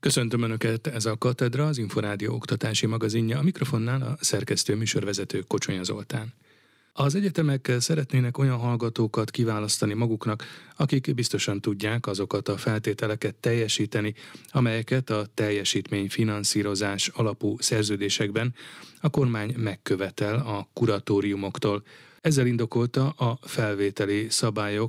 Köszöntöm Önöket, ez a Katedra, az Inforádió oktatási magazinja, a mikrofonnál a szerkesztő műsorvezető Kocsonya Zoltán. Az egyetemek szeretnének olyan hallgatókat kiválasztani maguknak, akik biztosan tudják azokat a feltételeket teljesíteni, amelyeket a teljesítményfinanszírozás alapú szerződésekben a kormány megkövetel a kuratóriumoktól. Ezzel indokolta a felvételi szabályok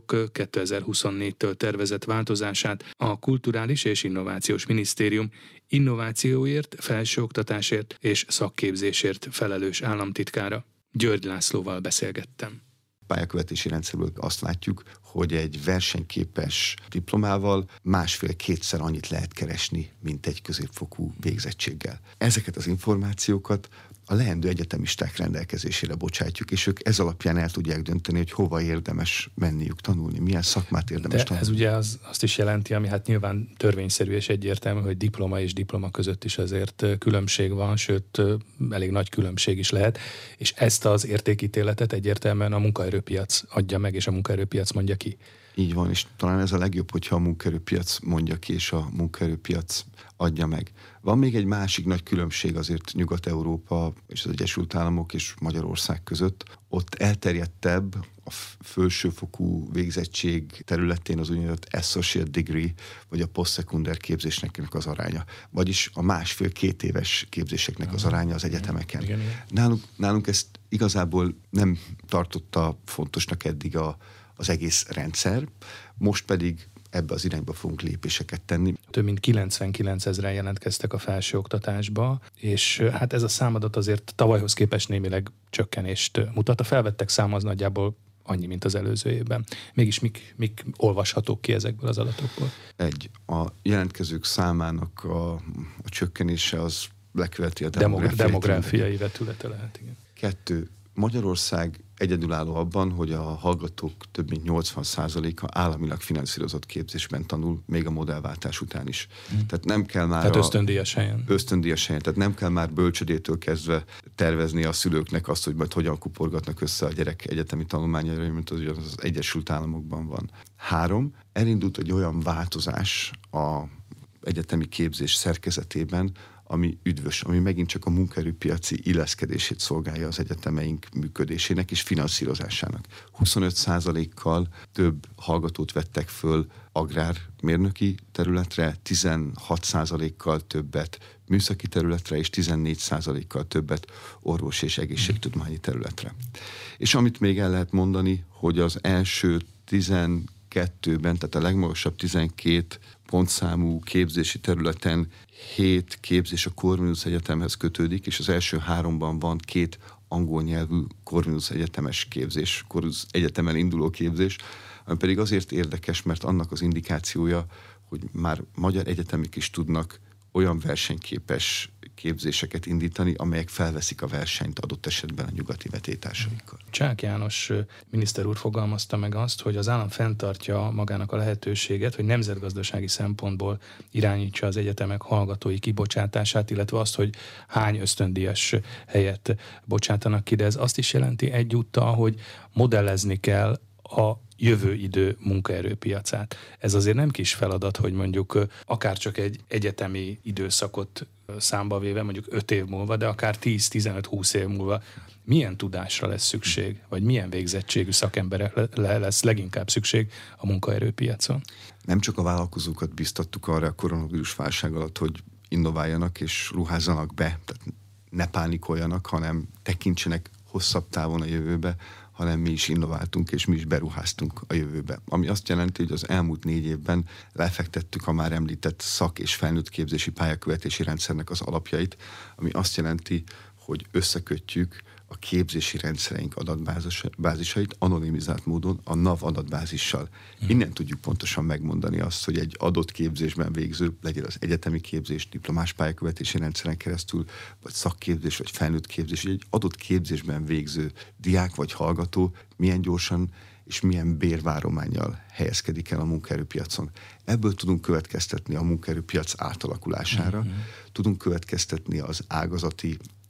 2024-től tervezett változását a Kulturális és Innovációs Minisztérium innovációért, felsőoktatásért és szakképzésért felelős államtitkára. György Lászlóval beszélgettem. Pályakövetési rendszerből azt látjuk, hogy egy versenyképes diplomával másfél-kétszer annyit lehet keresni, mint egy középfokú végzettséggel. Ezeket az információkat a leendő egyetemisták rendelkezésére bocsátjuk, és ők ez alapján el tudják dönteni, hogy hova érdemes menniük tanulni, milyen szakmát érdemes tanulni. Ez ugye azt is jelenti, ami hát nyilván törvényszerű és egyértelmű, hogy diploma és diploma között is azért különbség van, sőt elég nagy különbség is lehet, és ezt az értékítéletet egyértelműen a munkaerőpiac adja meg, és a munkaerőpiac mondja ki. Így van, és talán ez a legjobb, hogyha a munkaerőpiac mondja ki, és a munkaerőpiac adja meg. Van még egy másik nagy különbség azért Nyugat-Európa és az Egyesült Államok és Magyarország között. Ott elterjedtebb a felsőfokú végzettség területén az úgynevezett associate degree, vagy a posztszekunder képzésnek az aránya. Vagyis a másfél-két éves képzéseknek az aránya az egyetemeken. Igen. Nálunk ezt igazából nem tartotta fontosnak eddig az egész rendszer, most pedig ebbe az irányba fogunk lépéseket tenni. Több mint 99 000 jelentkeztek a felsőoktatásba, és hát ez a számadat azért tavalyhoz képest némileg csökkenést mutat. A felvettek száma az nagyjából annyi, mint az előző évben. Mégis mik olvashatók ki ezekből az adatokból? A jelentkezők számának a csökkenése az leköveti a demográfiai vetülete lehet, igen. 2. Magyarország egyedülálló abban, hogy a hallgatók több mint 80%-a államilag finanszírozott képzésben tanul, még a modellváltás után is. Tehát nem kell már... Tehát ösztöndíjas helyen. Tehát nem kell már bölcsödétől kezdve tervezni a szülőknek azt, hogy majd hogyan kuporgatnak össze a gyerek egyetemi tanulmányaira, mint az Egyesült Államokban van. 3. Elindult egy olyan változás a egyetemi képzés szerkezetében, ami üdvös, ami megint csak a munkaerőpiaci illeszkedését szolgálja az egyetemeink működésének és finanszírozásának. 25%-kal több hallgatót vettek föl agrármérnöki területre, 16%-kal többet műszaki területre, és 14%-kal többet orvos- és egészségtudományi területre. És amit még el lehet mondani, hogy az első 12-ben, tehát a legmagasabb 12 pontszámú képzési területen 7 képzés a Corvinus Egyetemhez kötődik, és az első 3-ban van 2 angol nyelvű Corvinus egyetemes képzés, Corvinus egyetemen induló képzés, ami pedig azért érdekes, mert annak az indikációja, hogy már magyar egyetemik is tudnak olyan versenyképes képzéseket indítani, amelyek felveszik a versenyt adott esetben a nyugati vetélytársaikkal. Csák János miniszter úr fogalmazta meg azt, hogy az állam fenntartja magának a lehetőséget, hogy nemzetgazdasági szempontból irányítsa az egyetemek hallgatói kibocsátását, illetve azt, hogy hány ösztöndíjas helyet bocsátanak ki, de ez azt is jelenti egyúttal, hogy modellezni kell a jövő idő munkaerőpiacát. Ez azért nem kis feladat, hogy mondjuk akár csak egy egyetemi időszakot számba véve, mondjuk 5 év múlva, de akár 10-15-20 év múlva milyen tudásra lesz szükség, vagy milyen végzettségű szakemberekre lesz leginkább szükség a munkaerőpiacon. Nem csak a vállalkozókat biztattuk arra a koronavírus válság alatt, hogy innováljanak és ruházzanak be, tehát ne pánikoljanak, hanem tekintsenek hosszabb távon a jövőbe, hanem mi is innováltunk, és mi is beruháztunk a jövőbe. Ami azt jelenti, hogy az elmúlt 4 évben lefektettük a már említett szak- és felnőtt képzési pályakövetési rendszernek az alapjait, ami azt jelenti, hogy összekötjük a képzési rendszereink adatbázisait anonimizált módon a NAV adatbázissal. Innen tudjuk pontosan megmondani azt, hogy egy adott képzésben végző, legyen az egyetemi képzés, diplomás pályakövetési rendszeren keresztül, vagy szakképzés, vagy felnőtt képzés, hogy egy adott képzésben végző diák vagy hallgató milyen gyorsan és milyen bérvárománnyal helyezkedik el a munkaerőpiacon. Ebből tudunk következtetni a munkaerőpiac átalakulására, tudunk következtetni az ágazati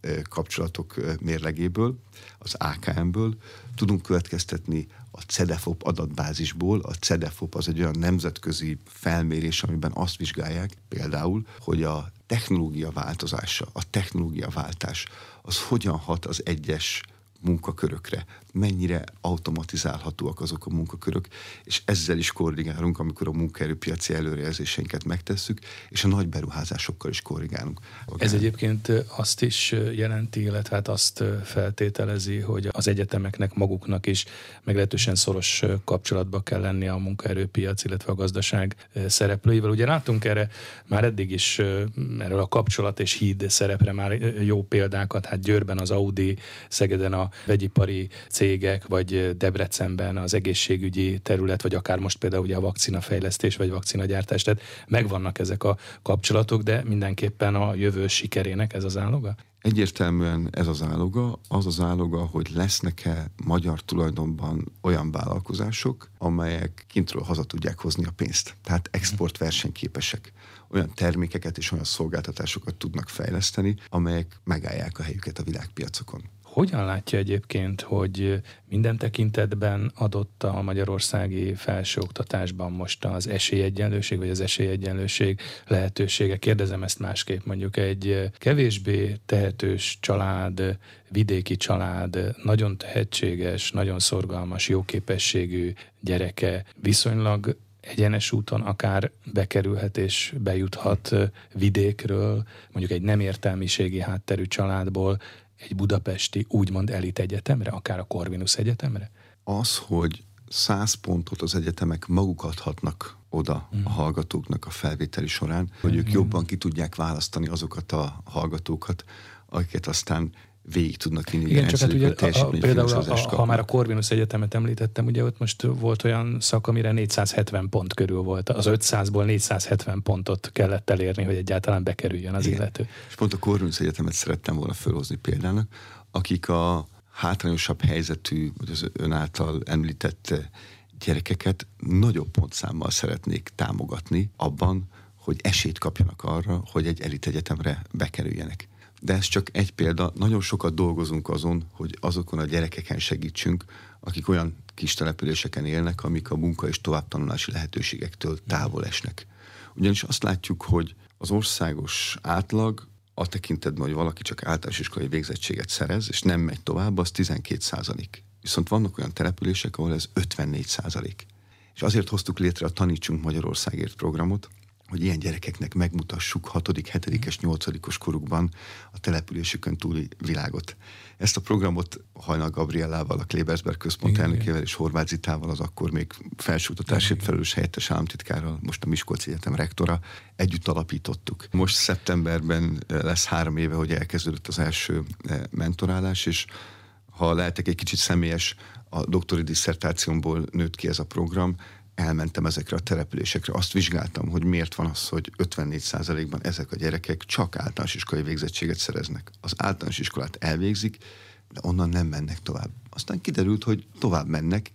kapcsolatok mérlegéből, az AKM-ből, tudunk következtetni a CEDEFOP adatbázisból. A CEDEFOP az egy olyan nemzetközi felmérés, amiben azt vizsgálják például, hogy a technológia változása, a technológiaváltás az hogyan hat az egyes munkakörökre, mennyire automatizálhatóak azok a munkakörök, és ezzel is korrigálunk, amikor a munkaerőpiaci előrejelzéseinket megtesszük, és a nagy beruházásokkal is korrigálunk. Ez egyébként azt is jelenti, illetve hát azt feltételezi, hogy az egyetemeknek maguknak is meglehetősen szoros kapcsolatba kell lenni a munkaerőpiac, illetve a gazdaság szereplőivel. Ugye látunk erre már eddig is, erről a kapcsolat és híd szerepre már jó példákat, hát Győrben az Audi, Szegeden a vegyipari cégek, vagy Debrecenben az egészségügyi terület, vagy akár most például ugye a vakcinafejlesztés, vagy vakcinagyártás. Tehát megvannak ezek a kapcsolatok, de mindenképpen a jövő sikerének ez az áloga? Egyértelműen ez az áloga. Az az áloga, hogy lesznek-e magyar tulajdonban olyan vállalkozások, amelyek kintről haza tudják hozni a pénzt. Tehát exportversenyképesek. Olyan termékeket és olyan szolgáltatásokat tudnak fejleszteni, amelyek megállják a helyüket a világpiacokon. Hogyan látja egyébként, hogy minden tekintetben adott a magyarországi felsőoktatásban most az esélyegyenlőség, vagy az esélyegyenlőség lehetősége? Kérdezem ezt másképp, mondjuk egy kevésbé tehetős család, vidéki család, nagyon tehetséges, nagyon szorgalmas, jó képességű gyereke viszonylag egyenes úton akár bekerülhet és bejuthat vidékről, mondjuk egy nem értelmiségi hátterű családból egy budapesti úgymond elit egyetemre, akár a Corvinus Egyetemre? Az, hogy 100 pontot az egyetemek maguk adhatnak oda a hallgatóknak a felvételi során, hogy ők jobban ki tudják választani azokat a hallgatókat, akiket aztán végig tudnak vinni. Igen, csak hát ugye például ha már a Corvinus Egyetemet említettem, ugye ott most volt olyan szak, amire 470 pont körül volt. Az 500-ból 470 pontot kellett elérni, hogy egyáltalán bekerüljön az illető. És pont a Corvinus Egyetemet szerettem volna felhozni példának, akik a hátrányosabb helyzetű, vagy az ön által említett gyerekeket nagyobb pontszámmal szeretnék támogatni abban, hogy esélyt kapjanak arra, hogy egy elit egyetemre bekerüljenek. De ez csak egy példa. Nagyon sokat dolgozunk azon, hogy azokon a gyerekeken segítsünk, akik olyan kis településeken élnek, amik a munka és továbbtanulási lehetőségektől távol esnek. Ugyanis azt látjuk, hogy az országos átlag a tekintetben, hogy valaki csak általános iskolai végzettséget szerez, és nem megy tovább, az 12%. Viszont vannak olyan települések, ahol ez 54%. És azért hoztuk létre a Tanítsunk Magyarországért programot, hogy ilyen gyerekeknek megmutassuk 6., 7., 8. korukban a településükön túli világot. Ezt a programot Hajnal Gabriellával, a Klebersberg központ elnökével és Horváth Zitával, az akkor még felsőoktatásért felelős helyettes államtitkárral, most a Miskolci Egyetem rektora, együtt alapítottuk. Most szeptemberben lesz 3 éve, hogy elkezdődött az első mentorálás, és ha lehetek egy kicsit személyes, a doktori disszertációmból nőtt ki ez a program, elmentem ezekre a településekre, azt vizsgáltam, hogy miért van az, hogy 54%-ban ezek a gyerekek csak általános iskolai végzettséget szereznek. Az általános iskolát elvégzik, de onnan nem mennek tovább. Aztán kiderült, hogy tovább mennek,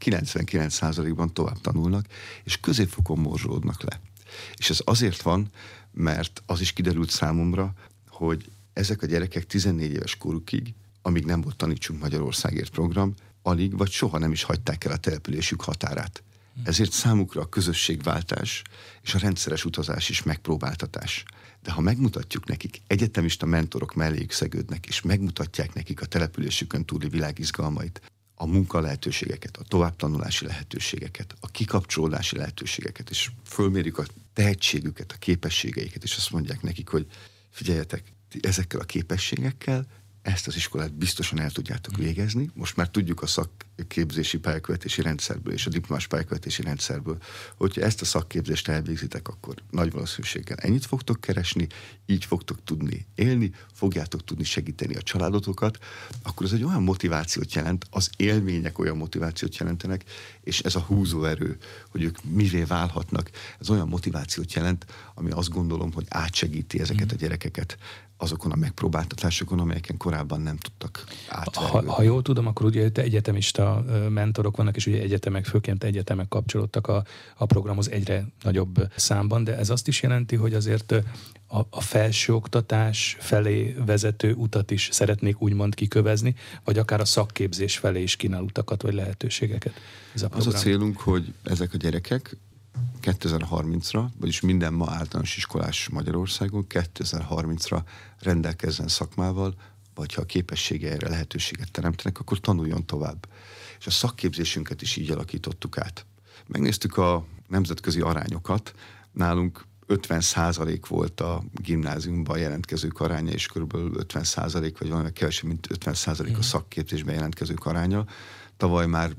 99%-ban tovább tanulnak, és középfokon morzsolódnak le. És ez azért van, mert az is kiderült számomra, hogy ezek a gyerekek 14 éves korukig, amíg nem volt Tanítsunk Magyarországért program, alig vagy soha nem is hagyták el a településük határát. Ezért számukra a közösségváltás és a rendszeres utazás is megpróbáltatás. De ha megmutatjuk nekik, egyetemista mentorok melléjük szegődnek, és megmutatják nekik a településükön túli világ izgalmait, a munka lehetőségeket, a továbbtanulási lehetőségeket, a kikapcsolódási lehetőségeket, és fölmérjük a tehetségüket, a képességeiket, és azt mondják nekik, hogy figyeljetek, ezekkel a képességekkel ezt az iskolát biztosan el tudjátok végezni. Most már tudjuk a szakképzési pályakövetési rendszerből és a diplomás pályakövetési rendszerből, hogyha ezt a szakképzést elvégzitek, akkor nagy valószínűséggel ennyit fogtok keresni, így fogtok tudni élni, fogjátok tudni segíteni a családotokat, akkor ez egy olyan motivációt jelent, az élmények olyan motivációt jelentenek, és ez a húzóerő, hogy ők mivé válhatnak, ez olyan motivációt jelent, ami azt gondolom, hogy átsegíti ezeket a gyerekeket azokon a megpróbáltatásokon, amelyeken korábban nem tudtak átverni. Ha jól tudom, akkor ugye te egyetemista a mentorok vannak, és ugye egyetemek, főként egyetemek kapcsolódtak a programhoz egyre nagyobb számban, de ez azt is jelenti, hogy azért a felsőoktatás felé vezető utat is szeretnék úgymond kikövezni, vagy akár a szakképzés felé is kínál utakat, vagy lehetőségeket ez a program. Az a célunk, hogy ezek a gyerekek 2030-ra, vagyis minden ma általános iskolás Magyarországon 2030-ra rendelkezzen szakmával, vagy ha a képessége erre lehetőséget teremtenek, akkor tanuljon tovább. És a szakképzésünket is így alakítottuk át. Megnéztük a nemzetközi arányokat, nálunk 50% volt a gimnáziumban jelentkezők aránya, és kb. 50% vagy valami kevesebb, mint 50% a szakképzésben jelentkezők aránya. Tavaly már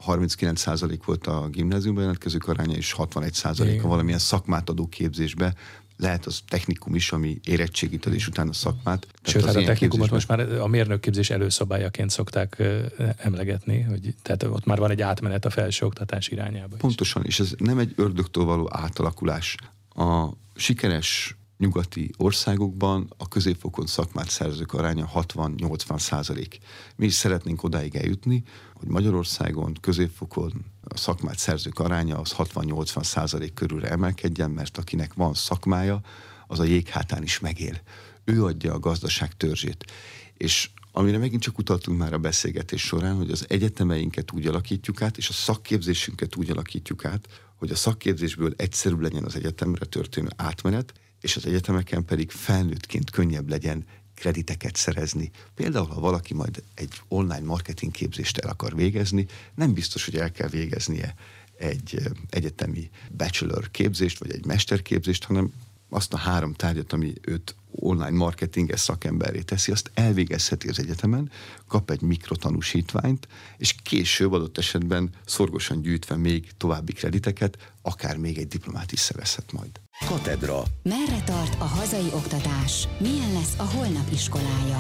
39% volt a gimnáziumban jelentkezők aránya, és 61% a valamilyen szakmát adó képzésbe. Lehet az technikum is, ami érettségit ad, és utána szakmát. Sőt, hát a technikumot most már a mérnökképzés előszabályaként szokták emlegetni, hogy tehát ott már van egy átmenet a felsőoktatás irányába. Pontosan, és ez nem egy ördögtől való átalakulás. A sikeres nyugati országokban a középfokon szakmát szerzők aránya 60-80%. Mi is szeretnénk odáig eljutni, hogy Magyarországon középfokon a szakmát szerzők aránya az 60-80% körülre emelkedjen, mert akinek van szakmája, az a jéghátán is megél. Ő adja a gazdaság törzsét. És amire megint csak utaltunk már a beszélgetés során, hogy az egyetemeinket úgy alakítjuk át, és a szakképzésünket úgy alakítjuk át, hogy a szakképzésből egyszerűbb legyen az egyetemre történő átmenet, és az egyetemeken pedig felnőttként könnyebb legyen krediteket szerezni. Például, ha valaki majd egy online marketing képzést el akar végezni, nem biztos, hogy el kell végeznie egy egyetemi bachelor képzést, vagy egy mesterképzést, hanem azt a 3 tárgyat, ami őt online marketinges szakemberré teszi, azt elvégezheti az egyetemen, kap egy mikrotanúsítványt, és később adott esetben szorgosan gyűjtve még további krediteket, akár még egy diplomát is szerezhet majd. Katedra. Merre tart a hazai oktatás? Milyen lesz a holnap iskolája?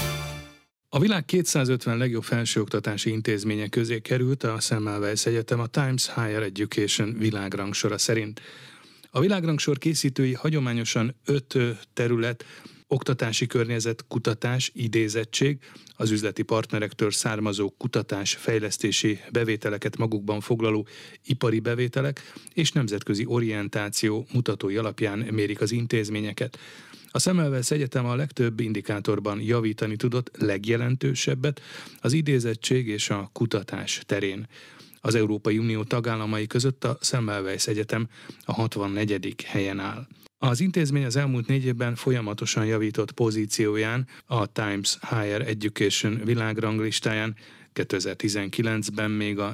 A világ 250 legjobb felsőoktatási intézménye közé került a Semmelweis Egyetem a Times Higher Education világrangsora szerint. A világrangsor készítői hagyományosan 5 terület, oktatási környezet, kutatás, idézettség, az üzleti partnerektől származó kutatás, fejlesztési bevételeket magukban foglaló ipari bevételek és nemzetközi orientáció mutatói alapján mérik az intézményeket. A Semmelweis Egyetem a legtöbb indikátorban javítani tudott, legjelentősebbet az idézettség és a kutatás terén. Az Európai Unió tagállamai között a Semmelweis Egyetem a 64. helyen áll. Az intézmény az elmúlt 4 évben folyamatosan javított pozícióján a Times Higher Education világranglistáján 2019-ben még a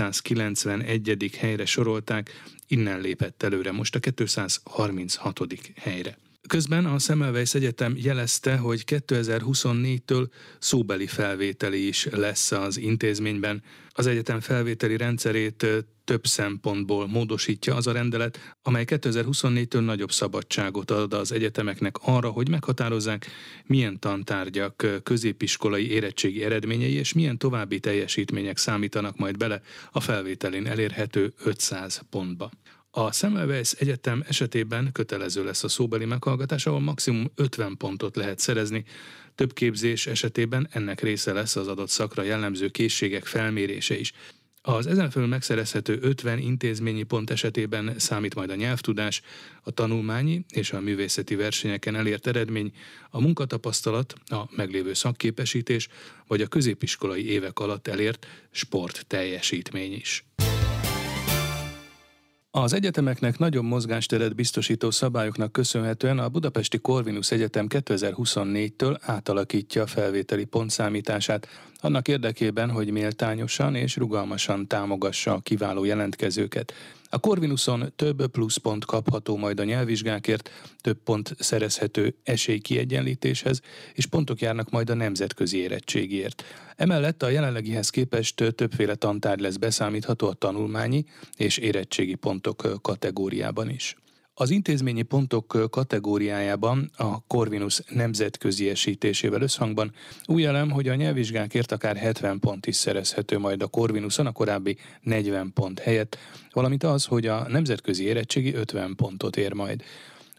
491. helyre sorolták, innen lépett előre most a 236. helyre. Közben a Semmelweis Egyetem jelezte, hogy 2024-től szóbeli felvételi is lesz az intézményben. Az egyetem felvételi rendszerét több szempontból módosítja az a rendelet, amely 2024-től nagyobb szabadságot ad az egyetemeknek arra, hogy meghatározzák, milyen tantárgyak középiskolai érettségi eredményei és milyen további teljesítmények számítanak majd bele a felvételén elérhető 500 pontba. A Semmelweis Egyetem esetében kötelező lesz a szóbeli meghallgatás, ahol maximum 50 pontot lehet szerezni. Több képzés esetében ennek része lesz az adott szakra jellemző készségek felmérése is. Az ezen felül megszerezhető 50 intézményi pont esetében számít majd a nyelvtudás, a tanulmányi és a művészeti versenyeken elért eredmény, a munkatapasztalat, a meglévő szakképesítés vagy a középiskolai évek alatt elért sportteljesítmény is. Az egyetemeknek nagyobb mozgásteret biztosító szabályoknak köszönhetően a Budapesti Corvinus Egyetem 2024-től átalakítja a felvételi pontszámítását, annak érdekében, hogy méltányosan és rugalmasan támogassa a kiváló jelentkezőket. A Corvinuson több pluszpont kapható majd a nyelvvizsgákért, több pont szerezhető esélykiegyenlítéshez, és pontok járnak majd a nemzetközi érettségért. Emellett a jelenlegihez képest többféle tantárgy lesz beszámítható a tanulmányi és érettségi pontok kategóriában is. Az intézményi pontok kategóriájában a Corvinus nemzetközi esítésével összhangban új elem, hogy a nyelvvizsgákért akár 70 pont is szerezhető majd a Corvinuson a korábbi 40 pont helyett, valamint az, hogy a nemzetközi érettségi 50 pontot ér majd.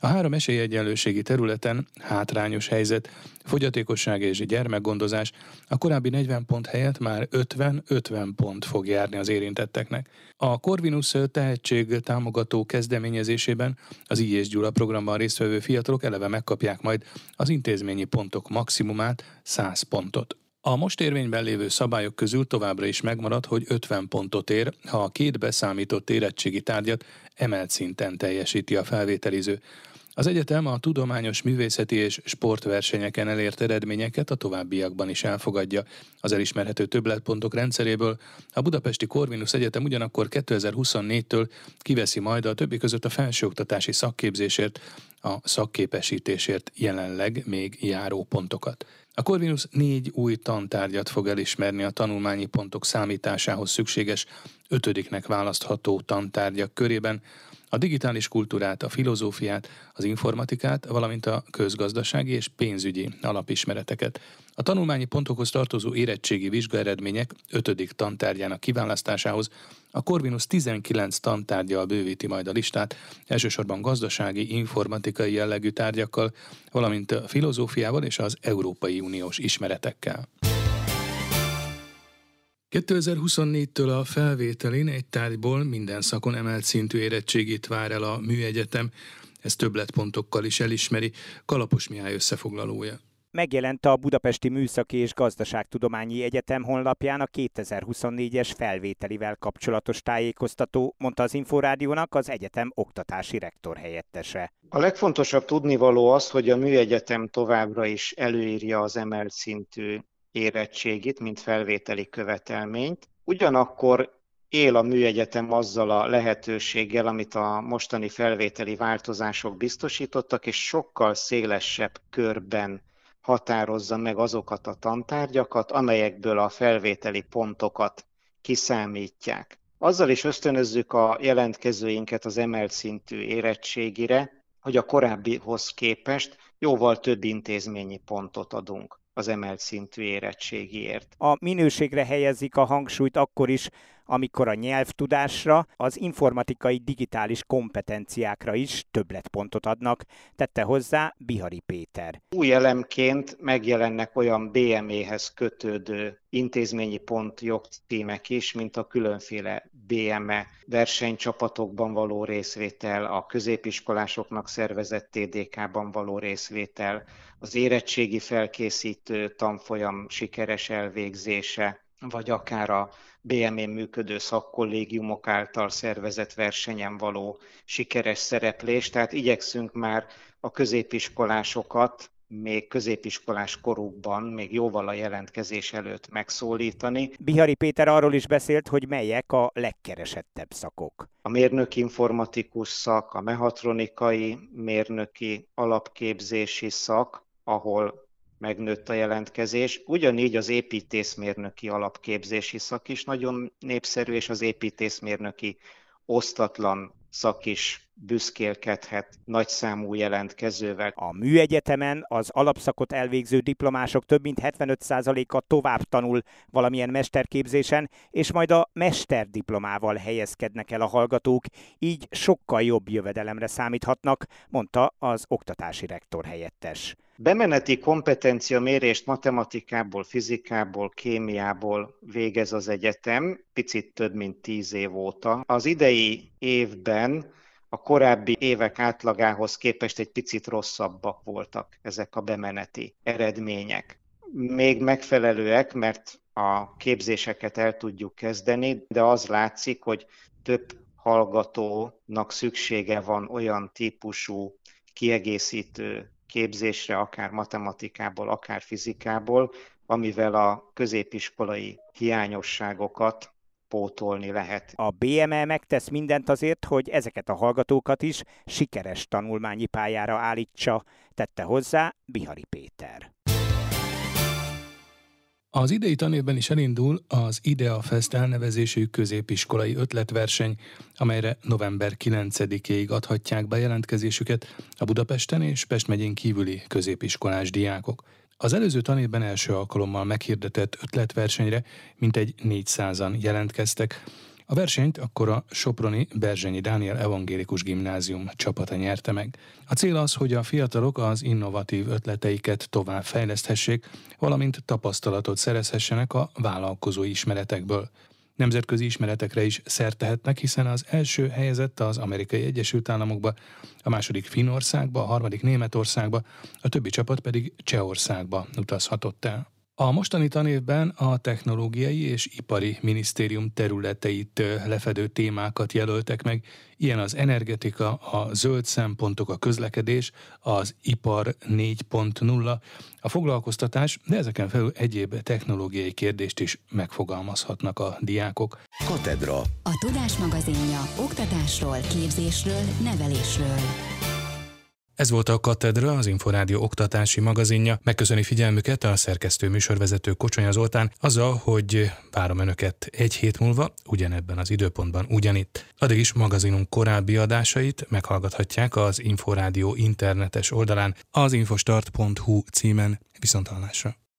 A 3 esélyegyenlőségi területen hátrányos helyzet, fogyatékosság és gyermekgondozás a korábbi 40 pont helyett már 50-50 pont fog járni az érintetteknek. A Corvinus tehetség támogató kezdeményezésében az I. és Gyula programban résztvevő fiatalok eleve megkapják majd az intézményi pontok maximumát, 100 pontot. A most érvényben lévő szabályok közül továbbra is megmarad, hogy 50 pontot ér, ha a 2 beszámított érettségi tárgyat emelt szinten teljesíti a felvételiző. Az egyetem a tudományos, művészeti és sportversenyeken elért eredményeket a továbbiakban is elfogadja. Az elismerhető többletpontok rendszeréből a Budapesti Corvinus Egyetem ugyanakkor 2024-től kiveszi majd a többi között a felsőoktatási szakképzésért, a szakképesítésért jelenleg még járó pontokat. A Corvinus 4 új tantárgyat fog elismerni a tanulmányi pontok számításához szükséges 5-nek választható tantárgyak körében, a digitális kultúrát, a filozófiát, az informatikát, valamint a közgazdasági és pénzügyi alapismereteket. A tanulmányi pontokhoz tartozó érettségi vizsgaeredmények 5. tantárgyának kiválasztásához a Corvinus 19 tantárgyal bővíti majd a listát, elsősorban gazdasági, informatikai jellegű tárgyakkal, valamint a filozófiával és az Európai Uniós ismeretekkel. 2024-től a felvételin egy tárgyból minden szakon emelt szintű érettségit vár el a Műegyetem, ezt többletpontokkal is elismeri, Kalapos Mihály összefoglalója. Megjelent a Budapesti Műszaki és Gazdaságtudományi Egyetem honlapján a 2024-es felvételivel kapcsolatos tájékoztató, mondta az Inforádiónak az egyetem oktatási rektor helyettese. A legfontosabb tudnivaló az, hogy a Műegyetem továbbra is előírja az emelt szintű érettségit, mint felvételi követelményt. Ugyanakkor él a Műegyetem azzal a lehetőséggel, amit a mostani felvételi változások biztosítottak, és sokkal szélesebb körben határozza meg azokat a tantárgyakat, amelyekből a felvételi pontokat kiszámítják. Azzal is ösztönözzük a jelentkezőinket az emelt szintű érettségire, hogy a korábbihoz képest jóval több intézményi pontot adunk az emelt szintű érettségiért. A minőségre helyezik a hangsúlyt akkor is, amikor a nyelvtudásra, az informatikai digitális kompetenciákra is többletpontot adnak, tette hozzá Bihari Péter. Új elemként megjelennek olyan BME-hez kötődő intézményi pont jogcímek is, mint a különféle BME versenycsapatokban való részvétel, a középiskolásoknak szervezett TDK-ban való részvétel, az érettségi felkészítő tanfolyam sikeres elvégzése, vagy akár a BME-n működő szakkollégiumok által szervezett versenyen való sikeres szereplés. Tehát igyekszünk már a középiskolásokat még középiskolás korukban, még jóval a jelentkezés előtt megszólítani. Bihari Péter arról is beszélt, hogy melyek a legkeresettebb szakok. A mérnöki informatikus szak, a mechatronikai mérnöki alapképzési szak, ahol megnőtt a jelentkezés. Ugyanígy az építészmérnöki alapképzési szak is nagyon népszerű, és az építészmérnöki osztatlan szak is büszkélkedhet nagyszámú jelentkezővel. A Műegyetemen az alapszakot elvégző diplomások több mint 75%-a tovább tanul valamilyen mesterképzésen, és majd a mesterdiplomával helyezkednek el a hallgatók, így sokkal jobb jövedelemre számíthatnak, mondta az oktatási rektor helyettes. Bemeneti kompetenciamérést matematikából, fizikából, kémiából végez az egyetem, picit több mint 10 év óta. Az idei évben a korábbi évek átlagához képest egy picit rosszabbak voltak ezek a bemeneti eredmények. Még megfelelőek, mert a képzéseket el tudjuk kezdeni, de az látszik, hogy több hallgatónak szüksége van olyan típusú kiegészítő képzésre, akár matematikából, akár fizikából, amivel a középiskolai hiányosságokat pótolni lehet. A BME megtesz mindent azért, hogy ezeket a hallgatókat is sikeres tanulmányi pályára állítsa, tette hozzá Bihari Péter. Az idei tanévben is elindul az IDEA Fest elnevezésű középiskolai ötletverseny, amelyre november 9-ig adhatják be jelentkezésüket a Budapesten és Pest megyén kívüli középiskolás diákok. Az előző tanévben első alkalommal meghirdetett ötletversenyre mintegy 400-an jelentkeztek. A versenyt akkor a soproni Berzsenyi Dániel Evangélikus Gimnázium csapata nyerte meg. A cél az, hogy a fiatalok az innovatív ötleteiket tovább fejleszthessék, valamint tapasztalatot szerezhessenek a vállalkozói ismeretekből. Nemzetközi ismeretekre is szert tehetnek, hiszen az első helyezett az Amerikai Egyesült Államokba, a második Finnországba, a harmadik Németországba, a többi csapat pedig Csehországba utazhatott el. A mostani tanévben a technológiai és ipari minisztérium területeit lefedő témákat jelöltek meg, ilyen az energetika, a zöld szempontok, a közlekedés, az ipar 4.0, a foglalkoztatás, de ezeken felül egyéb technológiai kérdést is megfogalmazhatnak a diákok. Katedra. A Tudás magazinja oktatásról, képzésről, nevelésről. Ez volt a Katedra, az Inforádió oktatási magazinja. Megköszöni figyelmüket a szerkesztő műsorvezető Kocsonya Zoltán, azzal, hogy várom Önöket egy hét múlva, ugyanebben az időpontban ugyanitt. Addig is magazinunk korábbi adásait meghallgathatják az Inforádió internetes oldalán, az infostart.hu címen. Viszonthallásra.